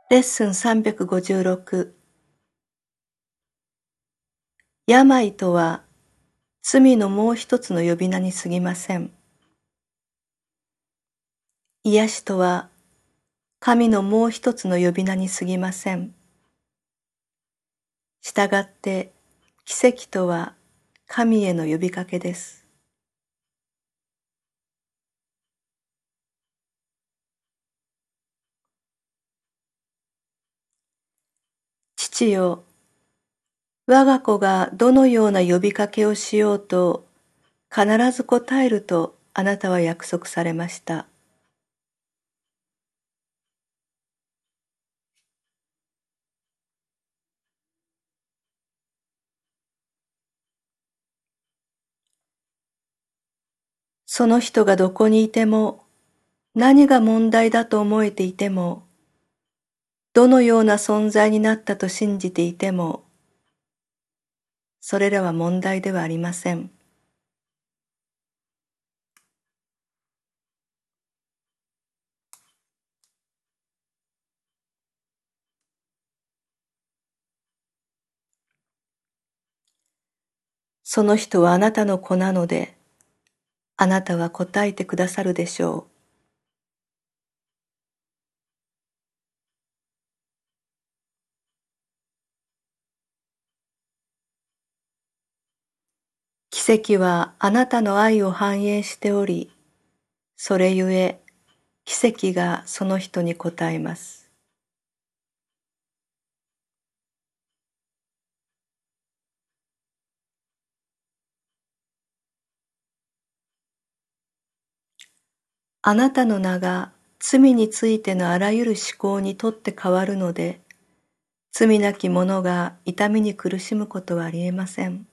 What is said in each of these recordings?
レッスン356。病とは罪のもう一つの呼び名に過ぎません。癒しとは神のもう一つの呼び名に過ぎません。したがって奇跡とは神への呼びかけです。父よ、我が子がどのような呼びかけをしようと必ず答えるとあなたは約束されました。その人がどこにいても、何が問題だと思えていても、どのような存在になったと信じていても、それらは問題ではありません。その人はあなたの子なので、あなたは答えてくださるでしょう。奇跡はあなたの愛を反映しており、それゆえ奇跡がその人に応えます。あなたの名が罪についてのあらゆる思考にとって変わるので、罪なき者が痛みに苦しむことはありえません。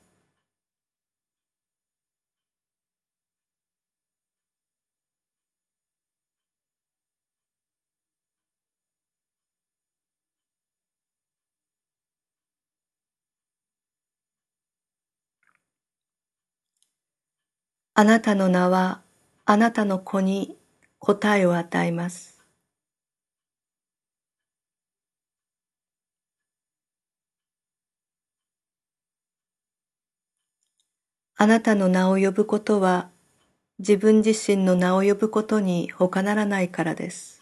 あなたの名はあなたの子に答えを与えます。あなたの名を呼ぶことは自分自身の名を呼ぶことに他ならないからです。